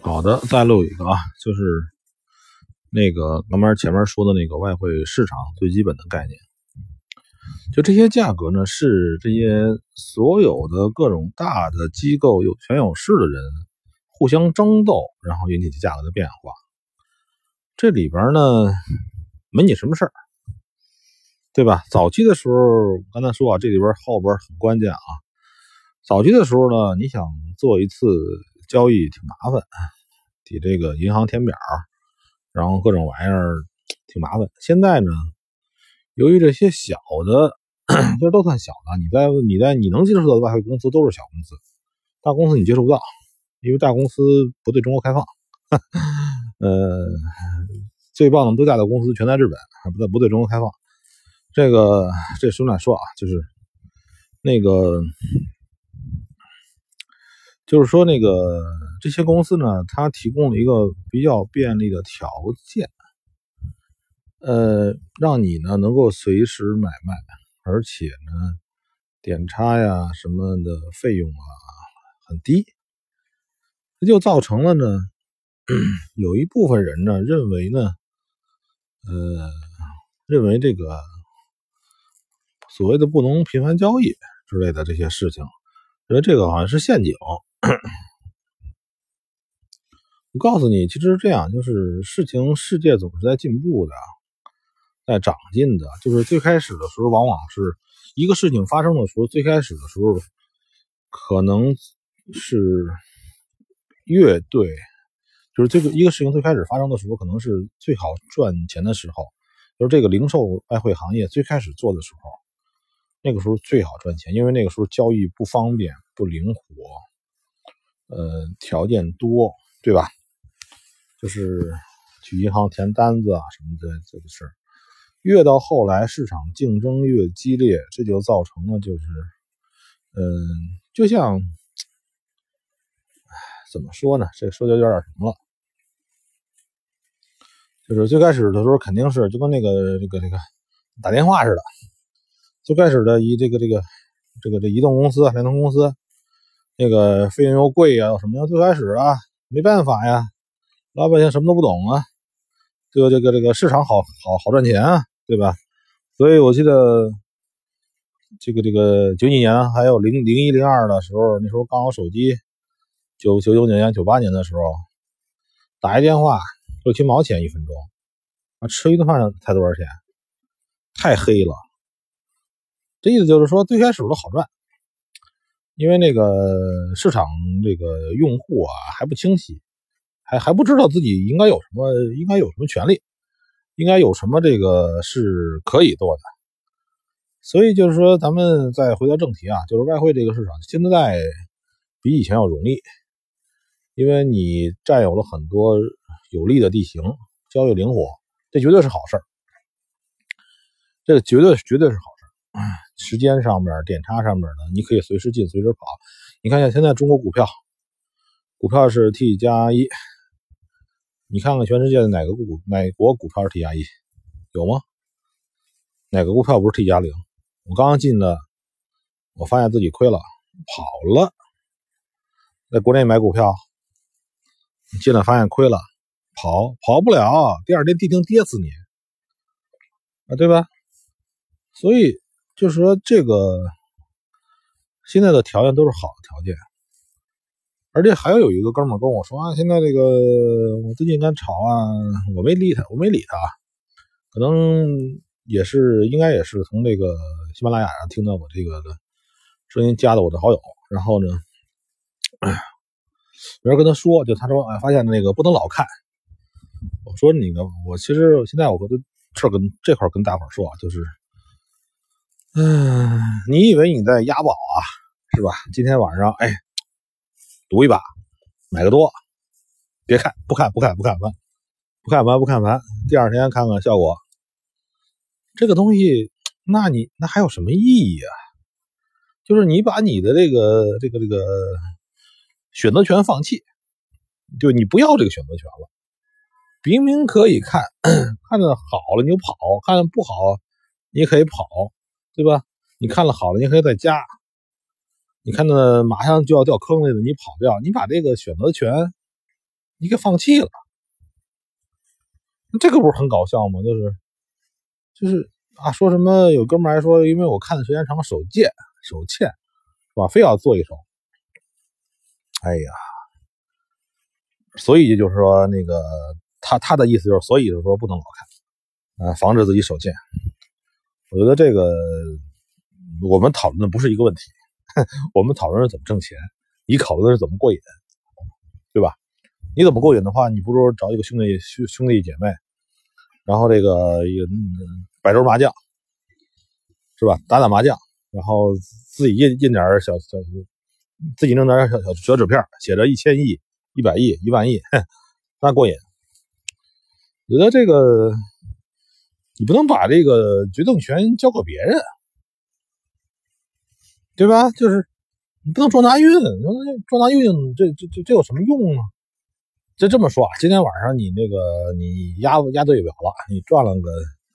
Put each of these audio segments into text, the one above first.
好的，再录一个啊，就是那个咱们前面说的那个外汇市场最基本的概念。就这些价格呢，是这些所有的各种大的机构有权有势的人互相争斗，然后引起价格的变化。这里边呢没你什么事儿，对吧？早期的时候，刚才说啊，这里边后边很关键啊。早期的时候呢，你想做一次交易挺麻烦，得这个银行填表，然后各种玩意儿挺麻烦。现在呢，由于这些小的，这都算小的，你能接触到的外汇公司都是小公司，大公司你接触不到，因为大公司不对中国开放。最棒的最大的公司全在日本，不对中国开放。这顺便说啊，就是说这些公司呢，它提供了一个比较便利的条件，让你呢能够随时买卖，而且呢点差呀什么的费用啊很低，这就造成了呢有一部分人呢认为这个所谓的不能频繁交易之类的这些事情，认为这个好像是陷阱。我告诉你，其实这样，就是世界总是在进步的，在长进的。就是最开始的时候，往往是一个事情发生的时候，最开始的时候可能是越对，就是这个一个事情最开始发生的时候，可能是最好赚钱的时候。就是这个零售外汇行业最开始做的时候，那个时候最好赚钱，因为那个时候交易不方便、不灵活，条件多，对吧？就是去银行填单子啊什么的这个事儿。越到后来市场竞争越激烈，这就造成了就像怎么说呢，这说的有点什么了，就是最开始的时候肯定是就跟那个打电话似的，最开始的这移动公司、联通公司，那个费用又贵啊，什么呀？最开始啊没办法呀，老百姓什么都不懂啊，这个市场好赚钱啊，对吧？所以我记得这个90几年还有01、02的时候，那时候刚有手机，99年、98年的时候，打一电话6、7毛钱1分钟，吃一顿饭才多少钱？太黑了。这意思就是说，最开始都好赚，因为那个市场这个用户啊还不清晰，还不知道自己应该有什么权利，应该有什么这个是可以做的。所以就是说，咱们再回到正题啊，就是外汇这个市场现在比以前要容易，因为你占有了很多有利的地形，交易灵活，这绝对是好事儿。这个绝对是好事儿。时间上面、点差上面呢，你可以随时进随时跑。你看一下现在中国股票是 T+1，你看看全世界的哪国股票是 T+1，有吗？哪个股票不是 T+0？我刚刚进的，我发现自己亏了，跑了。在国内买股票，进来发现亏了，跑不了，第二天地定跌死你啊，对吧？所以就是说，这个现在的条件都是好的条件，而且还有一个哥们跟我说啊，现在这个我最近跟炒啊，我没理他，可能应该也是从这个喜马拉雅上听到我这个的声音，加的我的好友，然后呢，有人跟他说，他说发现那个不能老看。我说我其实现在我跟这块跟大伙说啊，就是，你以为你在押宝啊，是吧？今天晚上赌一把，买个多，别看，不看盘，第二天看看效果。这个东西，那还有什么意义啊？就是你把你的这个选择权放弃，就你不要这个选择权了。明明可以看着好了你就跑，看着不好你也可以跑，对吧？你看了好了你可以再加，你看着马上就要掉坑里了你跑掉，你把这个选择权你给放弃了，这个不是很搞笑吗？就是啊，说什么有哥们还说，因为我看的时间长手欠是吧，非要做一手。哎呀，所以就是说那个他的意思就是，所以就是说不能老看啊，防止自己手欠。我觉得这个我们讨论的不是一个问题，我们讨论是怎么挣钱，你考虑的是怎么过瘾，对吧？你怎么过瘾的话，你不如找一个兄弟姐妹，然后这个摆桌麻将，是吧？打麻将，然后自己印点自己弄点小纸片，写着1000亿、100亿、1万亿，那过瘾。我觉得这个你不能把这个决定权交给别人，对吧？就是你不能撞大运，撞大运这有什么用呢？这么说啊，今天晚上你押对表了，你赚了个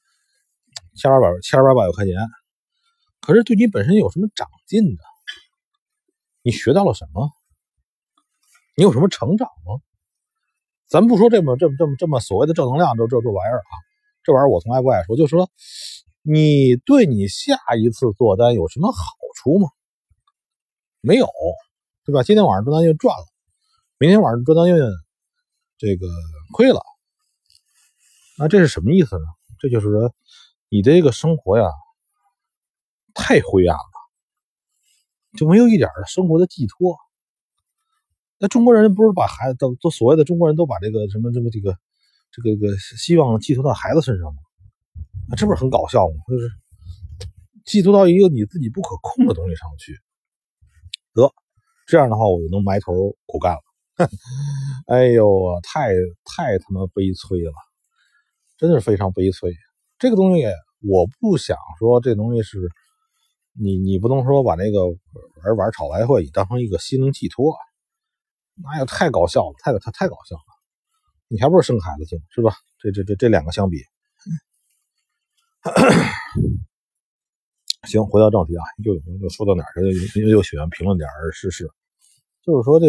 千八百块钱，可是对你本身有什么长进的？你学到了什么？你有什么成长吗？咱不说这么所谓的正能量这玩意儿啊，这玩意儿我从来不爱说，就是说你对你下一次做单有什么好处吗？没有，对吧？今天晚上赚单运赚了，明天晚上赚单运这个亏了，那这是什么意思呢？这就是说你这个生活呀太灰暗了，就没有一点的生活的寄托。那中国人不是把孩子都所谓的中国人都把这个希望寄托到孩子身上吗？这不是很搞笑吗？就是寄托到一个你自己不可控的东西上去，得这样的话我就能埋头苦干了。哎呦，太他妈悲催了，真的是非常悲催。这个东西我不想说这东西是你不能说把那个玩炒外汇当成一个心灵寄托，那也太搞笑了，太搞笑了。你还不是生孩子精是吧？这两个相比，行，回到正题啊，又说到哪儿？又喜欢评论点时事，就是说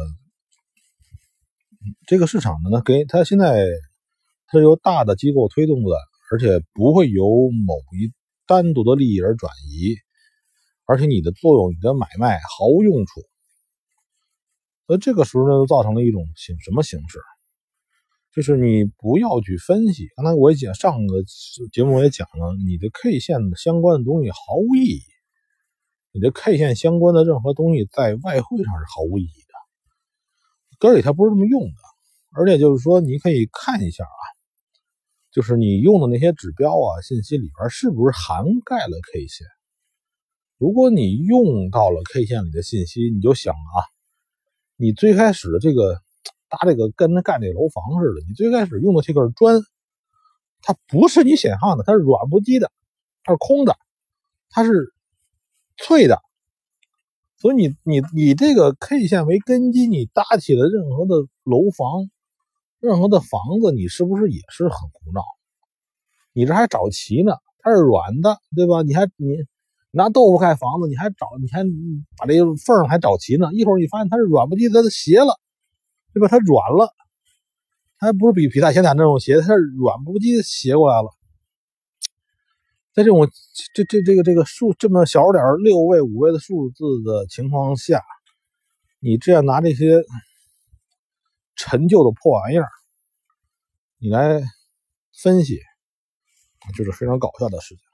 这个市场呢，给它现在它是由大的机构推动的，而且不会由某一单独的利益而转移，而且你的作用、你的买卖毫无用处。这个时候呢，就造成了一种什么形式？就是你不要去分析。刚才我也讲，上个节目我也讲了，你的 K 线的相关的东西毫无意义。你的 K 线相关的任何东西在外汇上是毫无意义的，根里它不是这么用的。而且就是说，你可以看一下啊，就是你用的那些指标啊、信息里边是不是涵盖了 K 线。如果你用到了 K 线里的信息，你就想啊，你最开始的这个搭这个跟干这楼房似的，你最开始用的这根砖，它不是你想象的，它是软不叽的，它是空的，它是脆的。所以你这个 K 线为根基，你搭起的任何的楼房、任何的房子，你是不是也是很胡闹？你这还找齐呢，它是软的，对吧？你拿豆腐盖房子，你还把这个缝还找齐呢，一会儿你发现它是软不叽的，它斜了，对吧？它软了，它还不是比皮塔斜塔那种斜，它是软不叽斜过来了。在这种这个数这么小点6位5位的数字的情况下，你这样拿这些陈旧的破玩意儿，你来分析，就是非常搞笑的事情。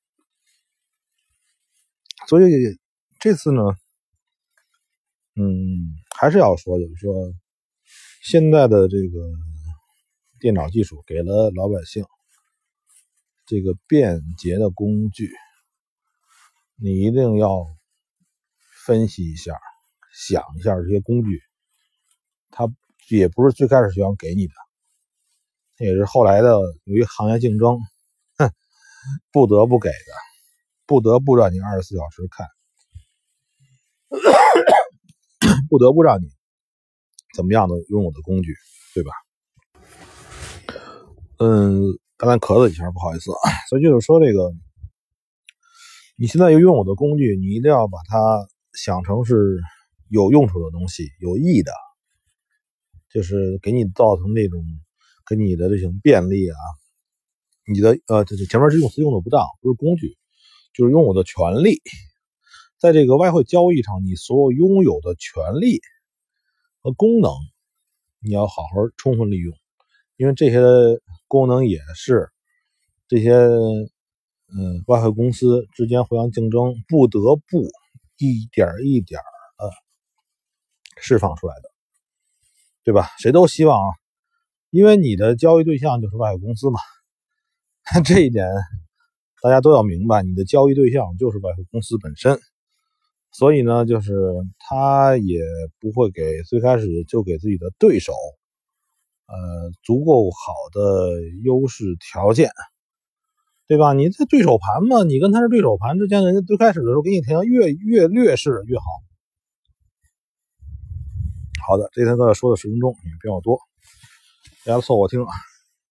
所以这次呢，还是要说，就是说现在的这个电脑技术给了老百姓这个便捷的工具，你一定要分析一下，想一下这些工具，它也不是最开始就想给你的，也是后来的由于行业竞争，不得不给的，不得不让你24小时看，不得不让你怎么样的拥有的工具，对吧？刚才咳了一下，不好意思。所以就是说，这个你现在拥有的工具，你一定要把它想成是有用处的东西，有意义的。 就是给你造成这种给你的这种便利啊，你的前面这用词用的不当，不是工具，就是拥有的权利。在这个外汇交易上，你所有拥有的权利和功能，你要好好充分利用，因为这些功能也是这些外汇公司之间互相竞争不得不一点一点释放出来的，对吧？谁都希望，因为你的交易对象就是外汇公司嘛，这一点大家都要明白，你的交易对象就是外汇公司本身。所以呢，就是他也不会最开始就给自己的对手足够好的优势条件，对吧？你这对手盘嘛，你跟他是对手盘之间，人家最开始的时候给你条件越劣势越好。好的，这堂课说的10分钟也比较多，大家凑合听啊。